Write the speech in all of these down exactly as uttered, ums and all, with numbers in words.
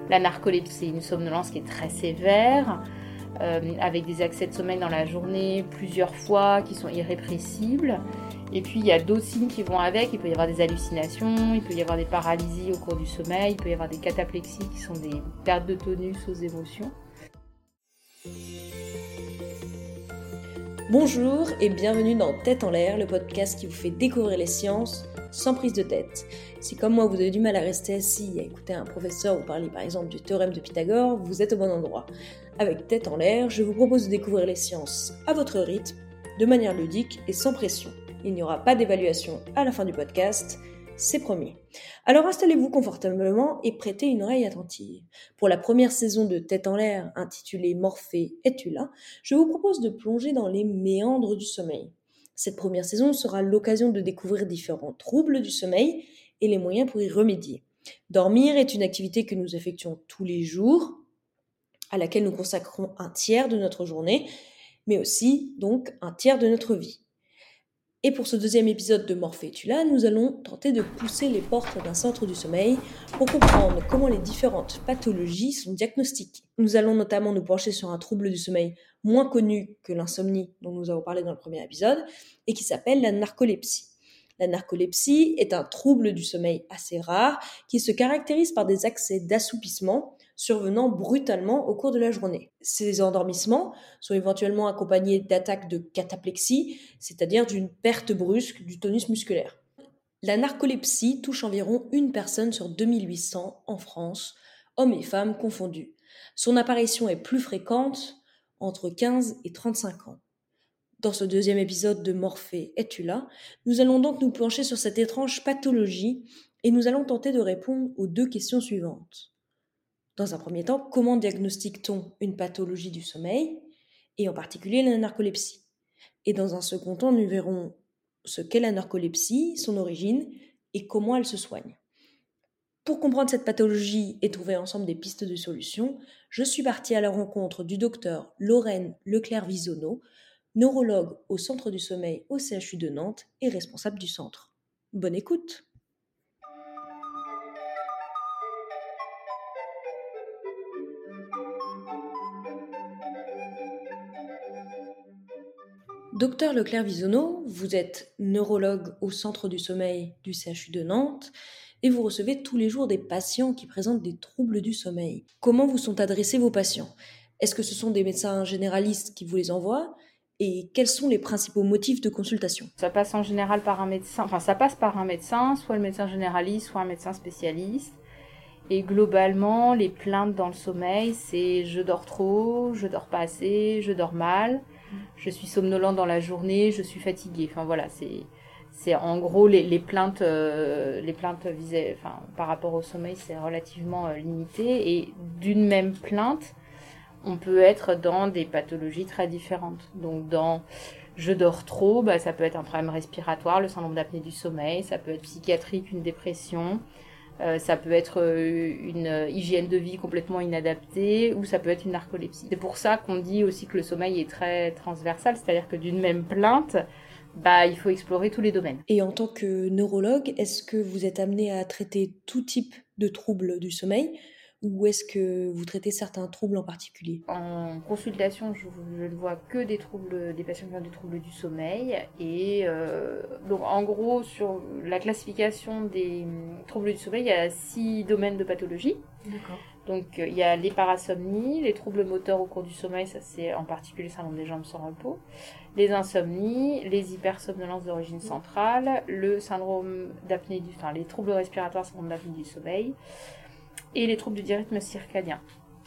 La narcolepsie, c'est une somnolence qui est très sévère, euh, avec des accès de sommeil dans la journée plusieurs fois qui sont irrépressibles. Et puis il y a d'autres signes qui vont avec, il peut y avoir des hallucinations, il peut y avoir des paralysies au cours du sommeil, il peut y avoir des cataplexies qui sont des pertes de tonus aux émotions. Bonjour et bienvenue dans Tête en l'air, le podcast qui vous fait découvrir les sciences sans prise de tête. Si comme moi vous avez du mal à rester assis et à écouter un professeur vous parler par exemple du théorème de Pythagore, vous êtes au bon endroit. Avec Tête en l'air, je vous propose de découvrir les sciences à votre rythme, de manière ludique et sans pression. Il n'y aura pas d'évaluation à la fin du podcast, c'est promis. Alors installez-vous confortablement et prêtez une oreille attentive. Pour la première saison de Tête en l'air, intitulée Morphée, es-tu là ? Je vous propose de plonger dans les méandres du sommeil. Cette première saison sera l'occasion de découvrir différents troubles du sommeil et les moyens pour y remédier. Dormir est une activité que nous effectuons tous les jours, à laquelle nous consacrons un tiers de notre journée, mais aussi donc un tiers de notre vie. Et pour ce deuxième épisode de Morphée, es-tu là ? Nous allons tenter de pousser les portes d'un centre du sommeil pour comprendre comment les différentes pathologies sont diagnostiquées. Nous allons notamment nous pencher sur un trouble du sommeil moins connu que l'insomnie dont nous avons parlé dans le premier épisode et qui s'appelle la narcolepsie. La narcolepsie est un trouble du sommeil assez rare qui se caractérise par des accès d'assoupissement survenant brutalement au cours de la journée. Ces endormissements sont éventuellement accompagnés d'attaques de cataplexie, c'est-à-dire d'une perte brusque du tonus musculaire. La narcolepsie touche environ une personne sur deux mille huit cents en France, hommes et femmes confondus. Son apparition est plus fréquente entre quinze et trente-cinq ans. Dans ce deuxième épisode de Morphée, es-tu là ? Nous allons donc nous pencher sur cette étrange pathologie et nous allons tenter de répondre aux deux questions suivantes. Dans un premier temps, comment diagnostique-t-on une pathologie du sommeil, et en particulier la narcolepsie ? Et dans un second temps, nous verrons ce qu'est la narcolepsie, son origine, et comment elle se soigne. Pour comprendre cette pathologie et trouver ensemble des pistes de solutions, je suis partie à la rencontre du docteur Lorraine Leclerc-Visonneau, neurologue au Centre du sommeil au C H U de Nantes et responsable du centre. Bonne écoute! Docteur Leclerc-Visonneau, vous êtes neurologue au Centre du sommeil du C H U de Nantes et vous recevez tous les jours des patients qui présentent des troubles du sommeil. Comment vous sont adressés vos patients ? Est-ce que ce sont des médecins généralistes qui vous les envoient ? Et quels sont les principaux motifs de consultation ? Ça passe en général par un médecin, enfin ça passe par un médecin, soit le médecin généraliste, soit un médecin spécialiste. Et globalement, les plaintes dans le sommeil, c'est je dors trop, je dors pas assez, je dors mal, je suis somnolent dans la journée, je suis fatigué. Enfin voilà, c'est c'est en gros les, les plaintes euh, les plaintes visées, enfin par rapport au sommeil, c'est relativement euh, limité. Et d'une même plainte, on peut être dans des pathologies très différentes. Donc dans je dors trop, bah, ça peut être un problème respiratoire, le syndrome d'apnée du sommeil, ça peut être psychiatrique, une dépression. Euh, ça peut être une hygiène de vie complètement inadaptée ou ça peut être une narcolepsie. C'est pour ça qu'on dit aussi que le sommeil est très transversal, c'est-à-dire que d'une même plainte, bah, il faut explorer tous les domaines. Et en tant que neurologue, est-ce que vous êtes amené à traiter tout type de troubles du sommeil ou est-ce que vous traitez certains troubles en particulier ? En consultation, je, je ne vois que des troubles, des patients qui ont des troubles du sommeil. Et euh, donc, en gros, sur la classification des troubles du sommeil, il y a six domaines de pathologie. D'accord. Donc, il y a les parasomnies, les troubles moteurs au cours du sommeil, ça c'est en particulier le syndrome des jambes sans repos, les insomnies, les hypersomnolences d'origine centrale, le syndrome d'apnée du, enfin les troubles respiratoires, syndrome d'apnée du sommeil, et les troubles du rythme circadien.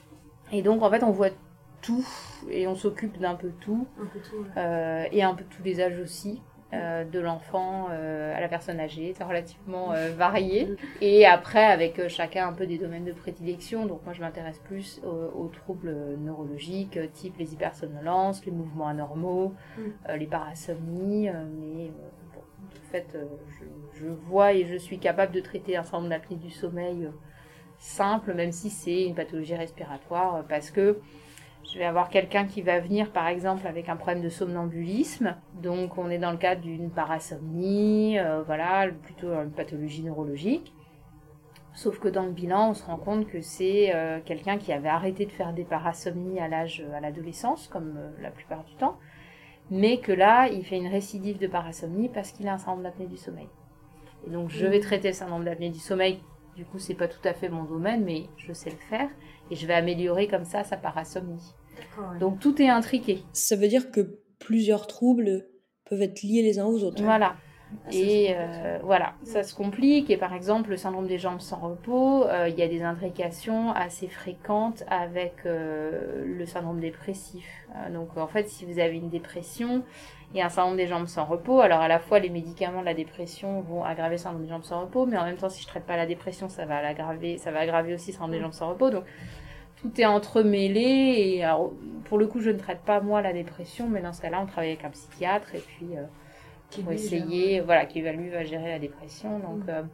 Et donc, en fait, on voit tout et on s'occupe d'un peu tout, Un peu tout, ouais. euh, et un peu tous les âges aussi, euh, de l'enfant euh, à la personne âgée, c'est relativement euh, varié. Et après, avec euh, chacun un peu des domaines de prédilection, donc moi je m'intéresse plus aux, aux troubles neurologiques, type les hypersomnolences, les mouvements anormaux, mm. euh, les parasomnies, euh, mais euh, bon, en fait, euh, je, je vois et je suis capable de traiter un syndrome d'apnée du sommeil euh, simple, même si c'est une pathologie respiratoire, parce que je vais avoir quelqu'un qui va venir, par exemple, avec un problème de somnambulisme. Donc, on est dans le cadre d'une parasomnie, euh, voilà, plutôt une pathologie neurologique. Sauf que dans le bilan, on se rend compte que c'est euh, quelqu'un qui avait arrêté de faire des parasomnies à l'âge, à l'adolescence, comme euh, la plupart du temps, mais que là, il fait une récidive de parasomnie parce qu'il a un syndrome d'apnée du sommeil. Et donc, je vais traiter le syndrome d'apnée du sommeil. Du coup, c'est pas tout à fait mon domaine, mais je sais le faire. Et je vais améliorer comme ça sa parasomnie. D'accord, ouais. Donc, tout est intriqué. Ça veut dire que plusieurs troubles peuvent être liés les uns aux autres. Voilà. Ah, ça, Et c'est euh, voilà, ça se complique. Et par exemple, le syndrome des jambes sans repos, euh, il y a des intrications assez fréquentes avec euh, le syndrome dépressif. Euh, donc en fait, si vous avez une dépression et un syndrome des jambes sans repos, alors à la fois les médicaments de la dépression vont aggraver le syndrome des jambes sans repos, mais en même temps, si je traite pas la dépression, ça va l'aggraver, ça va aggraver aussi le syndrome des jambes sans repos. Donc tout est entremêlé. Et alors, pour le coup, je ne traite pas moi la dépression, mais dans ce cas-là, on travaille avec un psychiatre et puis euh, pour essayer, voilà, qui va lui va gérer la dépression. Donc, euh,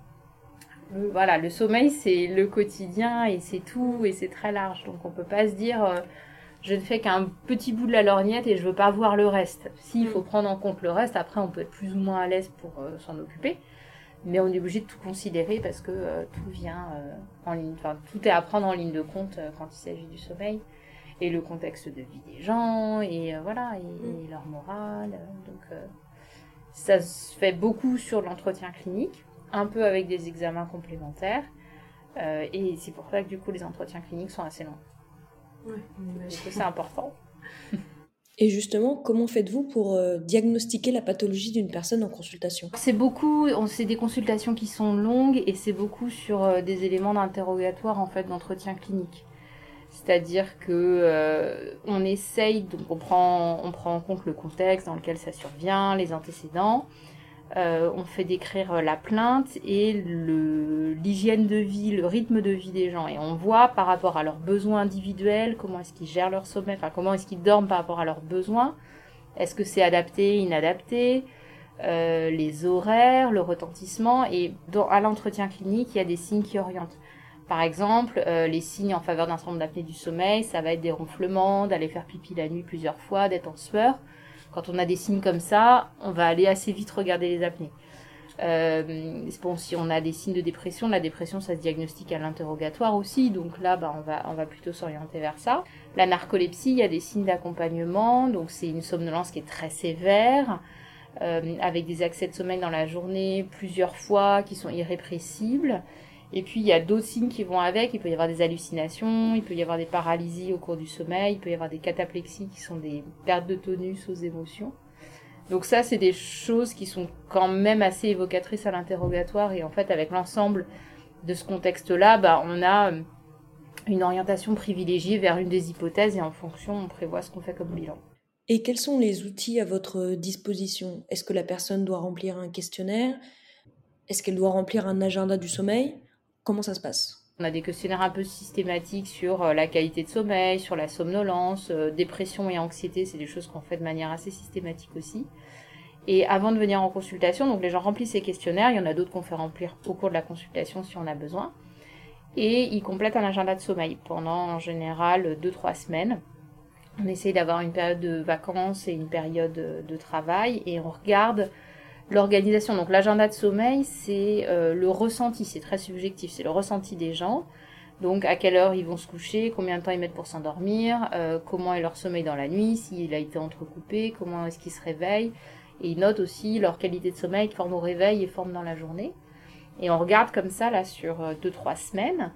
le, voilà, le sommeil, c'est le quotidien et c'est tout et c'est très large. Donc, on peut pas se dire, euh, je ne fais qu'un petit bout de la lorgnette et je veux pas voir le reste. Si, il faut prendre en compte le reste. Après, on peut être plus ou moins à l'aise pour euh, s'en occuper, mais on est obligé de tout considérer parce que euh, tout vient euh, en ligne. Enfin, tout est à prendre en ligne de compte euh, quand il s'agit du sommeil et le contexte de vie des gens et euh, voilà et, et leur morale. Donc euh, ça se fait beaucoup sur l'entretien clinique, un peu avec des examens complémentaires. Euh, et c'est pour ça que du coup les entretiens cliniques sont assez longs. Ouais, Parce que c'est important. Et justement, comment faites-vous pour euh, diagnostiquer la pathologie d'une personne en consultation ? C'est beaucoup, on- c'est des consultations qui sont longues et c'est beaucoup sur euh, des éléments d'interrogatoire en fait d'entretien clinique. C'est-à-dire que euh, on essaye, donc on prend, on prend en compte le contexte dans lequel ça survient, les antécédents. Euh, on fait décrire la plainte et le, l'hygiène de vie, le rythme de vie des gens. Et on voit par rapport à leurs besoins individuels, comment est-ce qu'ils gèrent leur sommeil, enfin comment est-ce qu'ils dorment par rapport à leurs besoins. Est-ce que c'est adapté, inadapté, euh, les horaires, le retentissement. Et dans, à l'entretien clinique, il y a des signes qui orientent. Par exemple, euh, les signes en faveur d'un syndrome d'apnée du sommeil, ça va être des ronflements, d'aller faire pipi la nuit plusieurs fois, d'être en sueur. Quand on a des signes comme ça, on va aller assez vite regarder les apnées. Euh, bon, si on a des signes de dépression, la dépression, ça se diagnostique à l'interrogatoire aussi, donc là, bah, on va, on va plutôt s'orienter vers ça. La narcolepsie, il y a des signes d'accompagnement, donc c'est une somnolence qui est très sévère, euh, avec des accès de sommeil dans la journée plusieurs fois, qui sont irrépressibles. Et puis il y a d'autres signes qui vont avec, il peut y avoir des hallucinations, il peut y avoir des paralysies au cours du sommeil, il peut y avoir des cataplexies qui sont des pertes de tonus aux émotions. Donc ça, c'est des choses qui sont quand même assez évocatrices à l'interrogatoire et en fait avec l'ensemble de ce contexte-là, bah, on a une orientation privilégiée vers une des hypothèses et en fonction, on prévoit ce qu'on fait comme bilan. Et quels sont les outils à votre disposition ? Est-ce que la personne doit remplir un questionnaire ? Est-ce qu'elle doit remplir un agenda du sommeil ? Comment ça se passe ? On a des questionnaires un peu systématiques sur la qualité de sommeil, sur la somnolence, euh, dépression et anxiété, c'est des choses qu'on fait de manière assez systématique aussi. Et avant de venir en consultation, donc les gens remplissent ces questionnaires, il y en a d'autres qu'on fait remplir au cours de la consultation si on a besoin. Et ils complètent un agenda de sommeil pendant en général deux trois semaines. On essaye d'avoir une période de vacances et une période de travail et on regarde l'organisation. Donc l'agenda de sommeil, c'est euh, le ressenti, c'est très subjectif, c'est le ressenti des gens. Donc à quelle heure ils vont se coucher, combien de temps ils mettent pour s'endormir, euh, comment est leur sommeil dans la nuit, s'il a été entrecoupé, comment est-ce qu'ils se réveillent. Et ils notent aussi leur qualité de sommeil, forme au réveil et forme dans la journée. Et on regarde comme ça là sur deux trois semaines.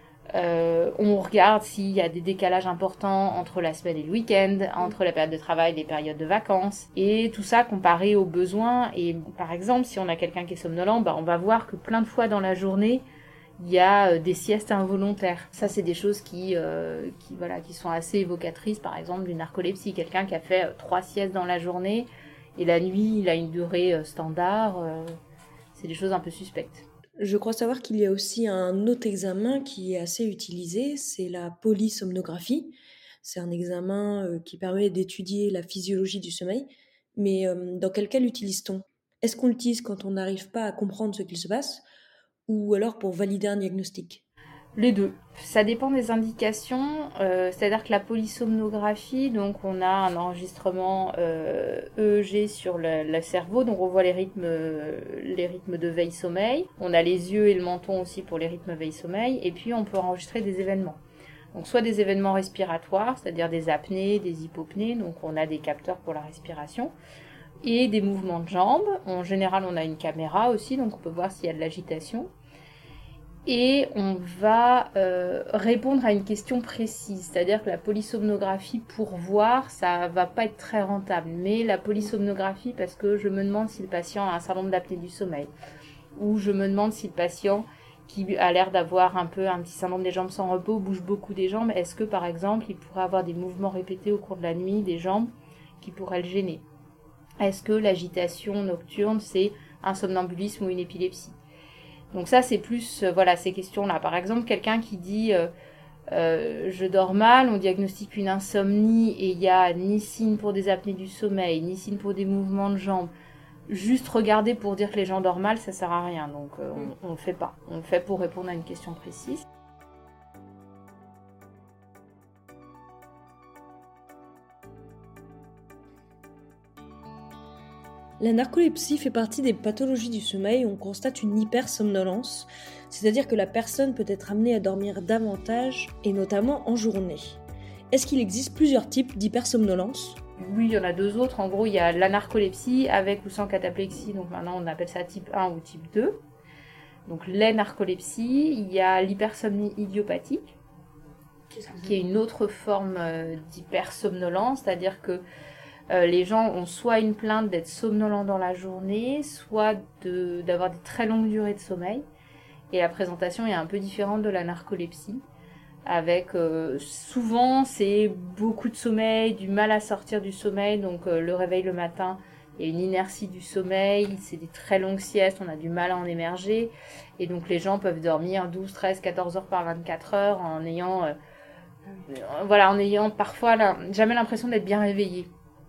Euh, on regarde s'il y a des décalages importants entre la semaine et le week-end, entre la période de travail et les périodes de vacances, et tout ça comparé aux besoins. Et par exemple, si on a quelqu'un qui est somnolent, bah, on va voir que plein de fois dans la journée, il y a des siestes involontaires. Ça, c'est des choses qui, euh, qui, voilà, qui sont assez évocatrices, par exemple, d'une narcolepsie. Quelqu'un qui a fait trois siestes dans la journée, et la nuit, il a une durée standard. Euh, c'est des choses un peu suspectes. Je crois savoir qu'il y a aussi un autre examen qui est assez utilisé, c'est la polysomnographie. C'est un examen euh, qui permet d'étudier la physiologie du sommeil. Mais euh, dans quel cas l'utilise-t-on ? Est-ce qu'on l'utilise quand on n'arrive pas à comprendre ce qu'il se passe ou alors pour valider un diagnostic ? Les deux. Ça dépend des indications, euh, c'est-à-dire que la polysomnographie, donc on a un enregistrement euh, E E G sur le, le cerveau, donc on voit les rythmes, euh, les rythmes de veille-sommeil. On a les yeux et le menton aussi pour les rythmes veille-sommeil, et puis on peut enregistrer des événements. Donc soit des événements respiratoires, c'est-à-dire des apnées, des hypopnées, donc on a des capteurs pour la respiration, et des mouvements de jambes. En général, on a une caméra aussi, donc on peut voir s'il y a de l'agitation. Et on va euh, répondre à une question précise, c'est-à-dire que la polysomnographie pour voir, ça va pas être très rentable, mais la polysomnographie parce que je me demande si le patient a un syndrome d'apnée du sommeil, ou je me demande si le patient qui a l'air d'avoir un peu un petit syndrome des jambes sans repos, bouge beaucoup des jambes, est-ce que par exemple il pourrait avoir des mouvements répétés au cours de la nuit des jambes qui pourraient le gêner? Est-ce que l'agitation nocturne c'est un somnambulisme ou une épilepsie? Donc ça, c'est plus, euh, voilà, ces questions-là. Par exemple, quelqu'un qui dit euh, euh, « je dors mal », on diagnostique une insomnie et il n'y a ni signe pour des apnées du sommeil, ni signe pour des mouvements de jambes. Juste regarder pour dire que les gens dorment mal, ça sert à rien. Donc euh, on ne le fait pas. On le fait pour répondre à une question précise. La narcolepsie fait partie des pathologies du sommeil où on constate une hypersomnolence, c'est-à-dire que la personne peut être amenée à dormir davantage, et notamment en journée. Est-ce qu'il existe plusieurs types d'hypersomnolence ? Oui, il y en a deux autres. En gros, il y a la narcolepsie avec ou sans cataplexie, donc maintenant on appelle ça type un ou type deux. Donc les narcolepsies, il y a l'hypersomnie idiopathique, qui est une autre forme euh, d'hypersomnolence, c'est-à-dire que Euh, les gens ont soit une plainte d'être somnolents dans la journée, soit de, d'avoir des très longues durées de sommeil. Et la présentation est un peu différente de la narcolepsie. Avec euh, souvent, c'est beaucoup de sommeil, du mal à sortir du sommeil. Donc euh, le réveil le matin, il y a une inertie du sommeil, c'est des très longues siestes, on a du mal à en émerger. Et donc les gens peuvent dormir douze, treize, quatorze heures par vingt-quatre heures en ayant, euh, euh, voilà, en ayant parfois la, jamais l'impression d'être bien réveillé,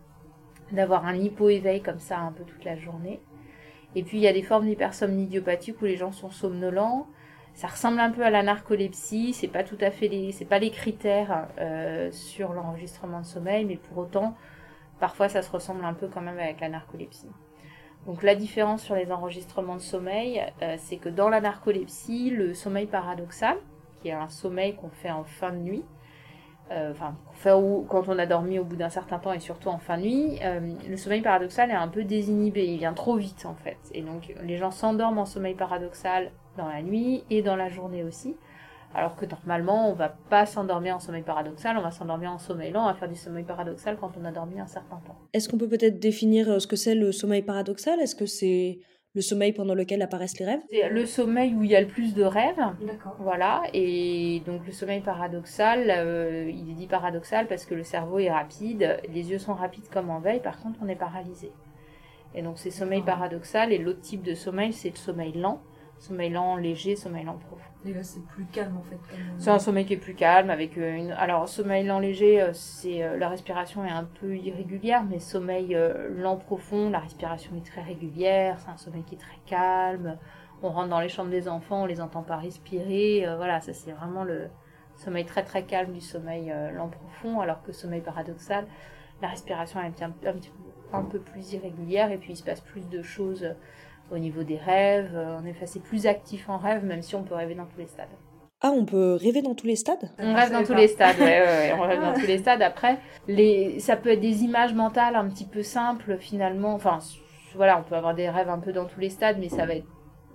d'avoir un hypo-éveil comme ça un peu toute la journée. Et puis il y a des formes d'hypersomnie idiopathique où les gens sont somnolents. Ça ressemble un peu à la narcolepsie, c'est pas tout à fait les, c'est pas les critères euh, sur l'enregistrement de sommeil, mais pour autant, parfois ça se ressemble un peu quand même avec la narcolepsie. Donc la différence sur les enregistrements de sommeil, euh, c'est que dans la narcolepsie, le sommeil paradoxal, qui est un sommeil qu'on fait en fin de nuit, Euh, enfin, quand on a dormi au bout d'un certain temps et surtout en fin de nuit, euh, le sommeil paradoxal est un peu désinhibé, il vient trop vite en fait. Et donc les gens s'endorment en sommeil paradoxal dans la nuit et dans la journée aussi, alors que normalement on va pas s'endormir en sommeil paradoxal, on va s'endormir en sommeil lent, on va faire du sommeil paradoxal quand on a dormi un certain temps. Est-ce qu'on peut peut-être définir ce que c'est le sommeil paradoxal ? Est-ce que c'est le sommeil pendant lequel apparaissent les rêves ? C'est le sommeil où il y a le plus de rêves. D'accord. Voilà, et donc le sommeil paradoxal, euh, il est dit paradoxal parce que le cerveau est rapide, les yeux sont rapides comme en veille, par contre on est paralysé. Et donc c'est sommeil paradoxal, et l'autre type de sommeil, c'est le sommeil lent, sommeil lent léger, sommeil lent profond. Et là c'est plus calme en fait. Comme... C'est un sommeil qui est plus calme, avec une... Alors sommeil lent léger, c'est la respiration est un peu irrégulière, mais sommeil lent profond, la respiration est très régulière, c'est un sommeil qui est très calme. On rentre dans les chambres des enfants, on les entend pas respirer, euh, voilà, ça c'est vraiment le sommeil très très calme du sommeil euh, lent profond, alors que sommeil paradoxal, la respiration est un, un, petit, un peu plus irrégulière, et puis il se passe plus de choses au niveau des rêves. En effet, c'est plus actif en rêve, même si on peut rêver dans tous les stades. Ah, on peut rêver dans tous les stades ? On rêve dans tous les stades, ouais, ouais, ouais, on rêve dans tous les stades. Après, les... ça peut être des images mentales un petit peu simples finalement, enfin voilà, on peut avoir des rêves un peu dans tous les stades, mais ça va être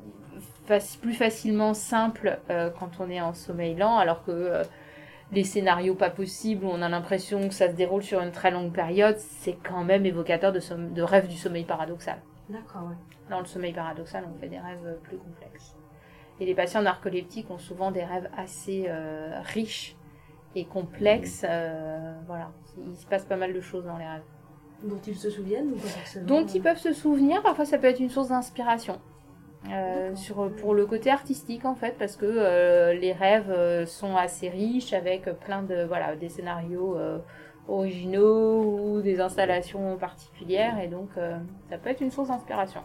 plus facilement simple euh, quand on est en sommeil lent, alors que euh, les scénarios pas possibles où on a l'impression que ça se déroule sur une très longue période, c'est quand même évocateur de, som- de rêve du sommeil paradoxal. D'accord, ouais. Dans le sommeil paradoxal, on fait des rêves plus complexes. Et les patients narcoleptiques ont souvent des rêves assez euh, riches et complexes. Euh, voilà, il se passe pas mal de choses dans les rêves. Dont ils se souviennent ou pas forcément ? Dont ils peuvent se souvenir, parfois ça peut être une source d'inspiration. Euh, sur, pour le côté artistique en fait, parce que euh, les rêves euh, sont assez riches avec plein de voilà des scénarios euh, originaux ou des installations particulières, et donc euh, ça peut être une source d'inspiration.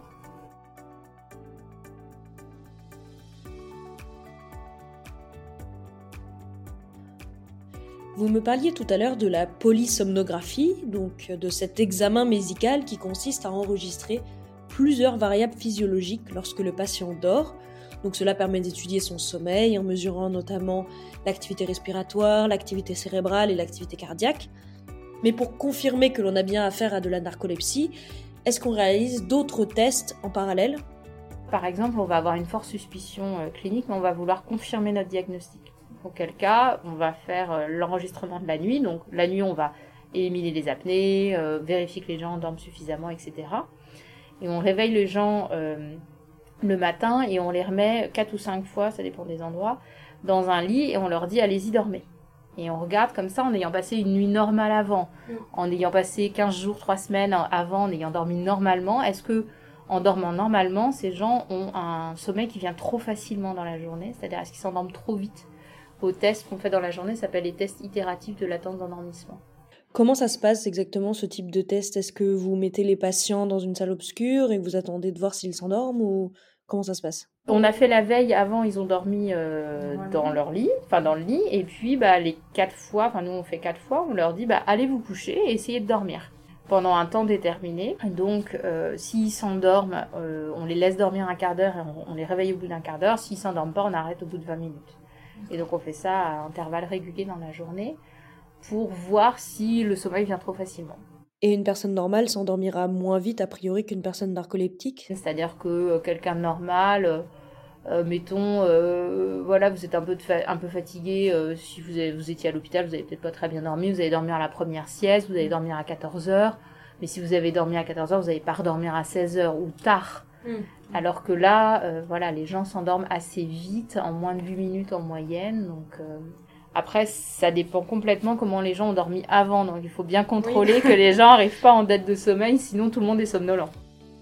Vous me parliez tout à l'heure de la polysomnographie, donc de cet examen médical qui consiste à enregistrer plusieurs variables physiologiques lorsque le patient dort. Donc cela permet d'étudier son sommeil en mesurant notamment l'activité respiratoire, l'activité cérébrale et l'activité cardiaque. Mais pour confirmer que l'on a bien affaire à de la narcolepsie, est-ce qu'on réalise d'autres tests en parallèle ? Par exemple, on va avoir une forte suspicion euh, clinique, mais on va vouloir confirmer notre diagnostic. Auquel cas, on va faire euh, l'enregistrement de la nuit. Donc la nuit, on va éliminer les apnées, euh, vérifier que les gens dorment suffisamment, et cetera. Et on réveille les gens euh, le matin et on les remet quatre ou cinq fois, ça dépend des endroits, dans un lit et on leur dit « allez-y, dormez ». Et on regarde comme ça en ayant passé une nuit normale avant, en ayant passé quinze jours, trois semaines avant, en ayant dormi normalement. Est-ce que en dormant normalement, ces gens ont un sommeil qui vient trop facilement dans la journée ? C'est-à-dire, est-ce qu'ils s'endorment trop vite ? Aux tests qu'on fait dans la journée, ça s'appelle les tests itératifs de latence d'endormissement. Comment ça se passe exactement ce type de test ? Est-ce que vous mettez les patients dans une salle obscure et vous attendez de voir s'ils s'endorment ou comment ça se passe ? On a fait la veille, avant ils ont dormi euh, dans leur lit, enfin dans le lit, et puis bah, les quatre fois, enfin nous on fait quatre fois, on leur dit bah, allez vous coucher et essayez de dormir pendant un temps déterminé. Donc euh, s'ils s'endorment, euh, on les laisse dormir un quart d'heure et on, on les réveille au bout d'un quart d'heure. S'ils s'endorment pas, on arrête au bout de vingt minutes. Et donc on fait ça à intervalles réguliers dans la journée pour voir si le sommeil vient trop facilement. Et une personne normale s'endormira moins vite a priori qu'une personne narcoleptique ? C'est-à-dire que euh, quelqu'un de normal, euh, euh, mettons, euh, voilà, vous êtes un peu, de fa- un peu fatigué, euh, si vous, avez, vous étiez à l'hôpital, vous n'avez peut-être pas très bien dormi, vous allez dormir à la première sieste, vous allez dormir à quatorze heures, mais si vous avez dormi à quatorze heures, vous n'allez pas redormir à seize heures ou tard. Mmh. Alors que là, euh, voilà, les gens s'endorment assez vite, en moins de huit minutes en moyenne, donc... Euh, Après, ça dépend complètement comment les gens ont dormi avant. Donc, il faut bien contrôler oui. que les gens n'arrivent pas en dette de sommeil, sinon tout le monde est somnolent.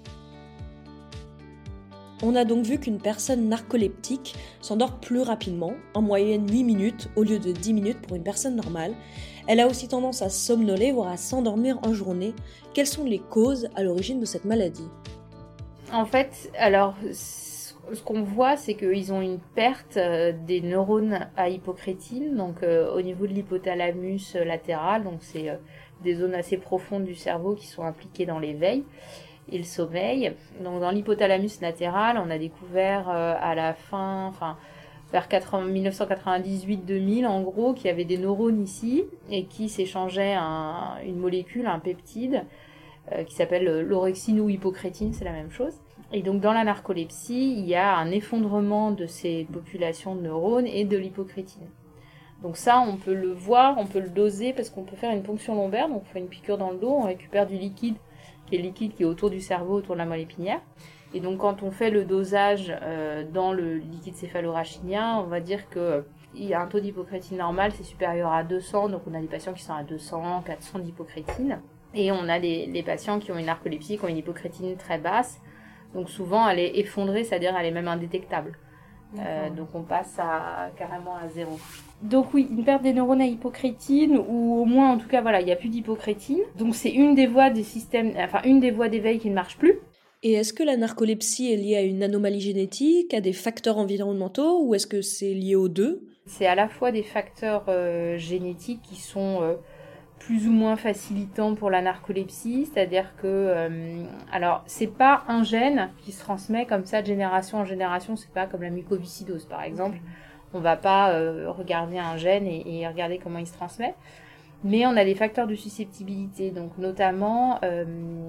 On a donc vu qu'une personne narcoleptique s'endort plus rapidement, en moyenne huit minutes au lieu de dix minutes pour une personne normale. Elle a aussi tendance à somnoler, voire à s'endormir en journée. Quelles sont les causes à l'origine de cette maladie ? En fait, alors... ce qu'on voit, c'est qu'ils ont une perte euh, des neurones à hypocrétine, donc euh, au niveau de l'hypothalamus euh, latéral, donc c'est euh, des zones assez profondes du cerveau qui sont impliquées dans l'éveil et le sommeil. Donc dans l'hypothalamus latéral, on a découvert euh, à la fin, enfin vers dix-neuf cent quatre-vingt-dix-huit deux mille en gros, qu'il y avait des neurones ici et qui s'échangeaient un, une molécule, un peptide euh, qui s'appelle l'orexine ou hypocrétine, c'est la même chose. Et donc dans la narcolepsie, il y a un effondrement de ces populations de neurones et de l'hypocrétine. Donc ça, on peut le voir, on peut le doser parce qu'on peut faire une ponction lombaire, donc on fait une piqûre dans le dos, on récupère du liquide, qui est liquide qui est autour du cerveau, autour de la moelle épinière. Et donc quand on fait le dosage euh, dans le liquide céphalorachidien, on va dire que il y a un taux d'hypocrétine normal, c'est supérieur à deux cents, donc on a des patients qui sont à deux cents, quatre cents d'hypocrétine. Et on a les, les patients qui ont une narcolepsie, qui ont une hypocrétine très basse. Donc souvent, elle est effondrée, c'est-à-dire elle est même indétectable. Euh, donc on passe à, carrément à zéro. Donc oui, une perte des neurones à hypocrétine, ou au moins, en tout cas, voilà, il n'y a plus d'hypocrétine. Donc c'est une des voies des systèmes, enfin une des voies d'éveil qui ne marche plus. Et est-ce que la narcolepsie est liée à une anomalie génétique, à des facteurs environnementaux, ou est-ce que c'est lié aux deux ? C'est à la fois des facteurs euh, génétiques qui sont... Euh, plus ou moins facilitant pour la narcolepsie, c'est-à-dire que, euh, alors, c'est pas un gène qui se transmet comme ça de génération en génération, c'est pas comme la mucoviscidose par exemple, on va pas euh, regarder un gène et, et regarder comment il se transmet, mais on a des facteurs de susceptibilité, donc notamment, il euh,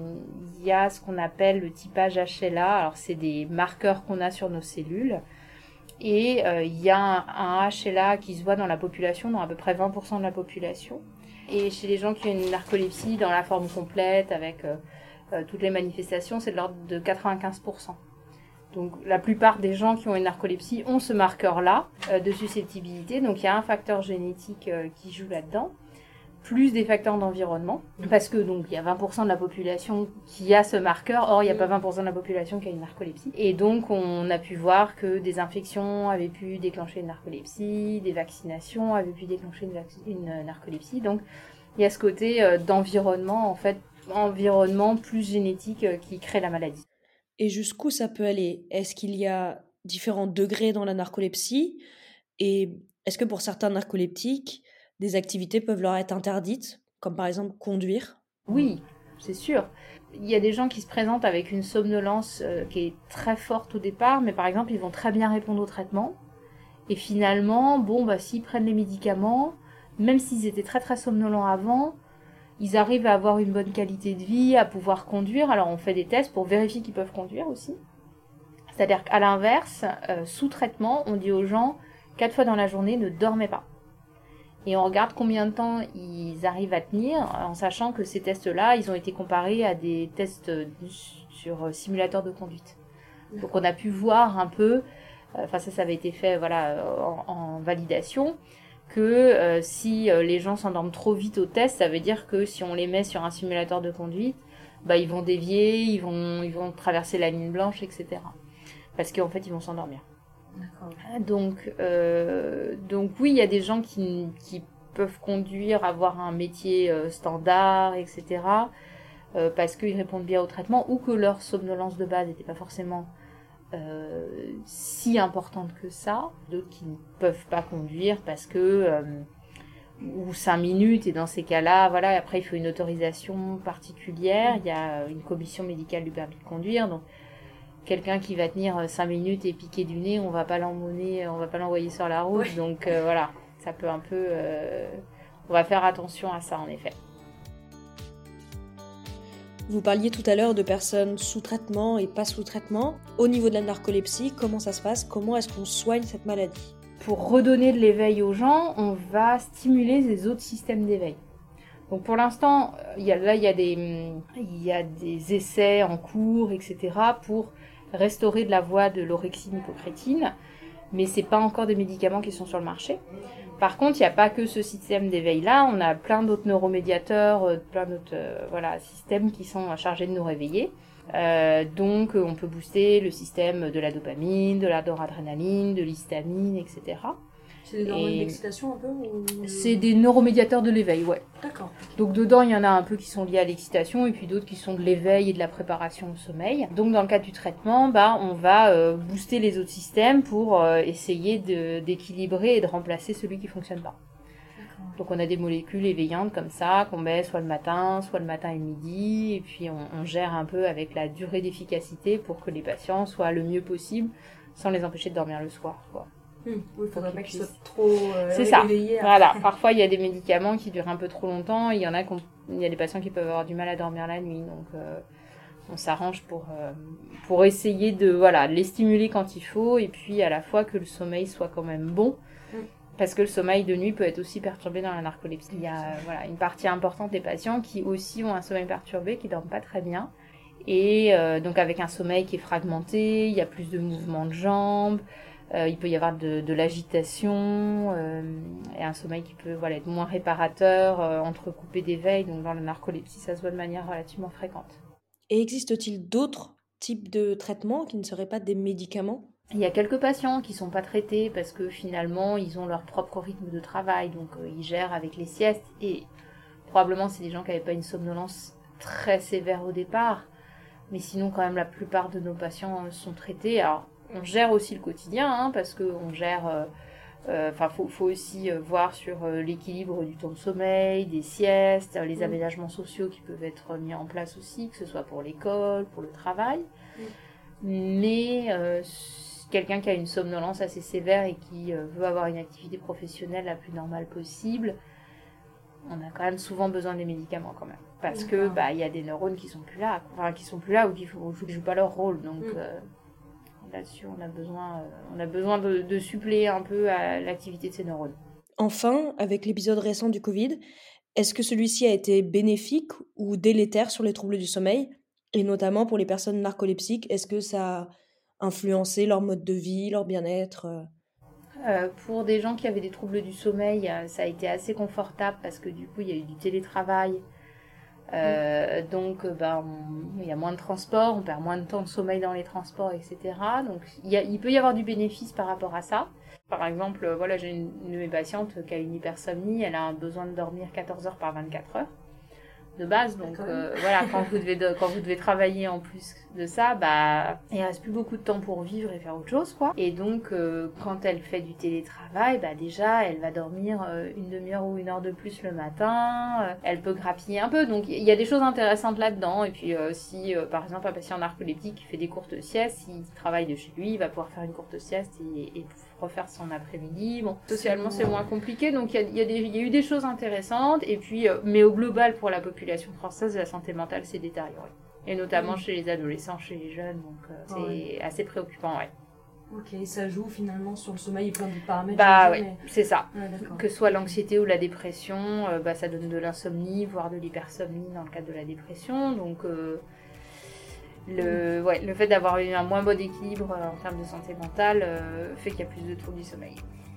y a ce qu'on appelle le typage H L A, alors c'est des marqueurs qu'on a sur nos cellules, et il euh, y a un, un H L A qui se voit dans la population, dans à peu près vingt pour cent de la population. Et chez les gens qui ont une narcolepsie dans la forme complète, avec euh, euh, toutes les manifestations, c'est de l'ordre de quatre-vingt-quinze pour cent. Donc la plupart des gens qui ont une narcolepsie ont ce marqueur-là euh, de susceptibilité. Donc il y a un facteur génétique euh, qui joue là-dedans, plus des facteurs d'environnement. Parce que donc il y a vingt pour cent de la population qui a ce marqueur, or il n'y a pas vingt pour cent de la population qui a une narcolepsie. Et donc on a pu voir que des infections avaient pu déclencher une narcolepsie, des vaccinations avaient pu déclencher une, vac- une narcolepsie. Donc il y a ce côté euh, d'environnement, en fait, environnement plus génétique euh, qui crée la maladie. Et jusqu'où ça peut aller ? Est-ce qu'il y a différents degrés dans la narcolepsie ? Et est-ce que pour certains narcoleptiques, des activités peuvent leur être interdites, comme par exemple conduire. Oui, c'est sûr. Il y a des gens qui se présentent avec une somnolence euh, qui est très forte au départ, mais par exemple, ils vont très bien répondre au traitement. Et finalement, bon, bah, s'ils prennent les médicaments, même s'ils étaient très très somnolents avant, ils arrivent à avoir une bonne qualité de vie, à pouvoir conduire. Alors, on fait des tests pour vérifier qu'ils peuvent conduire aussi. C'est-à-dire qu'à l'inverse, euh, sous traitement, on dit aux gens, quatre fois dans la journée, ne dormez pas. Et on regarde combien de temps ils arrivent à tenir, en sachant que ces tests-là, ils ont été comparés à des tests sur simulateur de conduite. Donc on a pu voir un peu, enfin ça, ça avait été fait voilà, en, en validation, que euh, si euh, les gens s'endorment trop vite au test, ça veut dire que si on les met sur un simulateur de conduite, bah, ils vont dévier, ils vont, ils vont traverser la ligne blanche, et cetera. Parce qu'en fait, ils vont s'endormir. D'accord. Donc, euh, donc oui, il y a des gens qui, qui peuvent conduire, avoir un métier euh, standard, et cetera. Euh, parce qu'ils répondent bien au traitement ou que leur somnolence de base n'était pas forcément euh, si importante que ça. D'autres qui ne peuvent pas conduire parce que euh, ou cinq minutes et dans ces cas-là, voilà. Après, il faut une autorisation particulière. Il y a une commission médicale du permis de conduire, donc. Quelqu'un qui va tenir cinq minutes et piquer du nez, on va pas l'emmener, on va pas l'envoyer sur la route. Oui. Donc euh, voilà, ça peut un peu... Euh, on va faire attention à ça en effet. Vous parliez tout à l'heure de personnes sous traitement et pas sous traitement. Au niveau de la narcolepsie, comment ça se passe ? Comment est-ce qu'on soigne cette maladie ? Pour redonner de l'éveil aux gens, on va stimuler les autres systèmes d'éveil. Donc pour l'instant, y a, là il y a des, il y a des essais en cours, et cetera pour restaurer de la voix de l'orexine hypocrétine, mais c'est pas encore des médicaments qui sont sur le marché. Par contre, il n'y a pas que ce système d'éveil-là, on a plein d'autres neuromédiateurs, plein d'autres euh, voilà, systèmes qui sont chargés de nous réveiller. Euh, donc on peut booster le système de la dopamine, de la noradrénaline, de l'histamine, et cetera. C'est des hormones d'excitation un peu ou... C'est des neuromédiateurs de l'éveil, ouais. D'accord. Donc dedans, il y en a un peu qui sont liés à l'excitation et puis d'autres qui sont de l'éveil et de la préparation au sommeil. Donc dans le cadre du traitement, bah, on va euh, booster les autres systèmes pour euh, essayer de, d'équilibrer et de remplacer celui qui ne fonctionne pas. D'accord. Donc on a des molécules éveillantes comme ça, qu'on met soit le matin, soit le matin et le midi, et puis on, on gère un peu avec la durée d'efficacité pour que les patients soient le mieux possible sans les empêcher de dormir le soir, quoi. Mmh. Oui, il faudrait pas qu'ils soient trop euh, c'est ça. éveillés. Voilà. Parfois, il y a des médicaments qui durent un peu trop longtemps. Il y en a, il y a des patients qui peuvent avoir du mal à dormir la nuit. Donc, euh, on s'arrange pour, euh, pour essayer de voilà, les stimuler quand il faut et puis à la fois que le sommeil soit quand même bon. Mmh. Parce que le sommeil de nuit peut être aussi perturbé dans la narcolepsie. Il y a voilà, une partie importante des patients qui aussi ont un sommeil perturbé, qui ne dorment pas très bien. Et euh, donc, avec un sommeil qui est fragmenté, il y a plus de mouvements de jambes. Euh, il peut y avoir de, de l'agitation euh, et un sommeil qui peut voilà, être moins réparateur, euh, entrecoupé d'éveil. Donc dans la narcolepsie, ça se voit de manière relativement fréquente. Et existe-t-il d'autres types de traitements qui ne seraient pas des médicaments ? Il y a quelques patients qui ne sont pas traités parce que finalement, ils ont leur propre rythme de travail. Donc euh, ils gèrent avec les siestes. Et probablement, c'est des gens qui n'avaient pas une somnolence très sévère au départ. Mais sinon, quand même, la plupart de nos patients sont traités. Alors, on gère aussi le quotidien, hein, parce qu'on gère... Enfin, euh, euh, faut, faut aussi euh, voir sur euh, l'équilibre du temps de sommeil, des siestes, euh, les mmh. aménagements sociaux qui peuvent être mis en place aussi, que ce soit pour l'école, pour le travail. Mmh. Mais euh, quelqu'un qui a une somnolence assez sévère et qui euh, veut avoir une activité professionnelle la plus normale possible, on a quand même souvent besoin des médicaments quand même. Parce mmh. que bah, y a des neurones qui sont plus là, enfin qui sont plus là ou qui ne jouent pas leur rôle. Donc... Mmh. Euh, Là-dessus, on a besoin, euh, on a besoin de, de suppléer un peu à l'activité de ces neurones. Enfin, avec l'épisode récent du Covid, est-ce que celui-ci a été bénéfique ou délétère sur les troubles du sommeil ? Et notamment pour les personnes narcoleptiques, est-ce que ça a influencé leur mode de vie, leur bien-être ? euh, Pour des gens qui avaient des troubles du sommeil, ça a été assez confortable parce que du coup, il y a eu du télétravail. Euh, donc bah, on, il y a moins de transport, on perd moins de temps de sommeil dans les transports, et cetera. Donc il, y a, il peut y avoir du bénéfice par rapport à ça. Par exemple, voilà, j'ai une, une de mes patientes qui a une hypersomnie, elle a un besoin de dormir quatorze heures par vingt-quatre heures. de base. Donc euh, voilà, quand vous, devez de, quand vous devez travailler en plus de ça, bah, il reste plus beaucoup de temps pour vivre et faire autre chose, quoi. Et donc, euh, quand elle fait du télétravail, bah déjà, elle va dormir euh, une demi-heure ou une heure de plus le matin. Euh, elle peut grappiller un peu. Donc, il y a des choses intéressantes là-dedans. Et puis, euh, si, euh, par exemple, un patient narcoleptique qui fait des courtes siestes, s'il travaille de chez lui, il va pouvoir faire une courte sieste et, et refaire son après-midi. Bon, socialement, c'est moins compliqué. Donc, il y a, y a des, y a eu des choses intéressantes. Et puis, euh, mais au global, pour la population française, la santé mentale s'est détériorée. Et notamment mmh. chez les adolescents, chez les jeunes. Donc, euh, c'est ouais. assez préoccupant, ouais. Ok, ça joue finalement sur le sommeil et plein de paramètres. Bah ouais, mais... c'est ça. Ouais, que ce soit l'anxiété ou la dépression, euh, bah, ça donne de l'insomnie, voire de l'hypersomnie dans le cadre de la dépression. Donc, euh, le, mmh. ouais, le fait d'avoir eu un moins bon équilibre euh, en termes de santé mentale euh, fait qu'il y a plus de troubles du sommeil.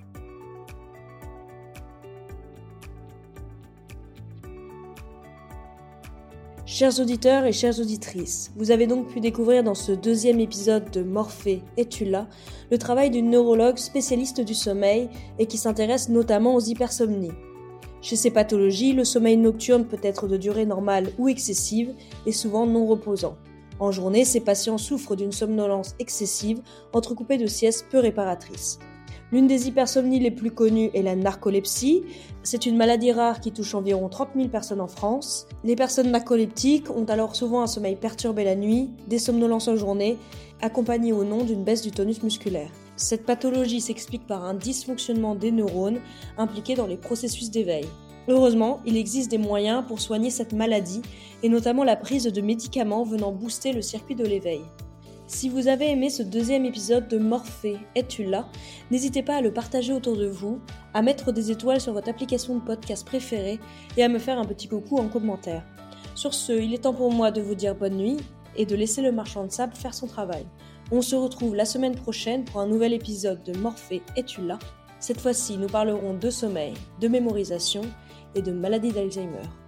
Chers auditeurs et chères auditrices, vous avez donc pu découvrir dans ce deuxième épisode de Morphée, es-tu là, le travail d'une neurologue spécialiste du sommeil et qui s'intéresse notamment aux hypersomnies. Chez ces pathologies, le sommeil nocturne peut être de durée normale ou excessive et souvent non reposant. En journée, ces patients souffrent d'une somnolence excessive entrecoupée de siestes peu réparatrices. L'une des hypersomnies les plus connues est la narcolepsie. C'est une maladie rare qui touche environ trente mille personnes en France. Les personnes narcoleptiques ont alors souvent un sommeil perturbé la nuit, des somnolences en journée, accompagnées ou non d'une baisse du tonus musculaire. Cette pathologie s'explique par un dysfonctionnement des neurones impliqués dans les processus d'éveil. Heureusement, il existe des moyens pour soigner cette maladie, et notamment la prise de médicaments venant booster le circuit de l'éveil. Si vous avez aimé ce deuxième épisode de Morphée, es-tu là ? N'hésitez pas à le partager autour de vous, à mettre des étoiles sur votre application de podcast préférée et à me faire un petit coucou en commentaire. Sur ce, il est temps pour moi de vous dire bonne nuit et de laisser le marchand de sable faire son travail. On se retrouve la semaine prochaine pour un nouvel épisode de Morphée, es-tu là ? Cette fois-ci, nous parlerons de sommeil, de mémorisation et de maladie d'Alzheimer.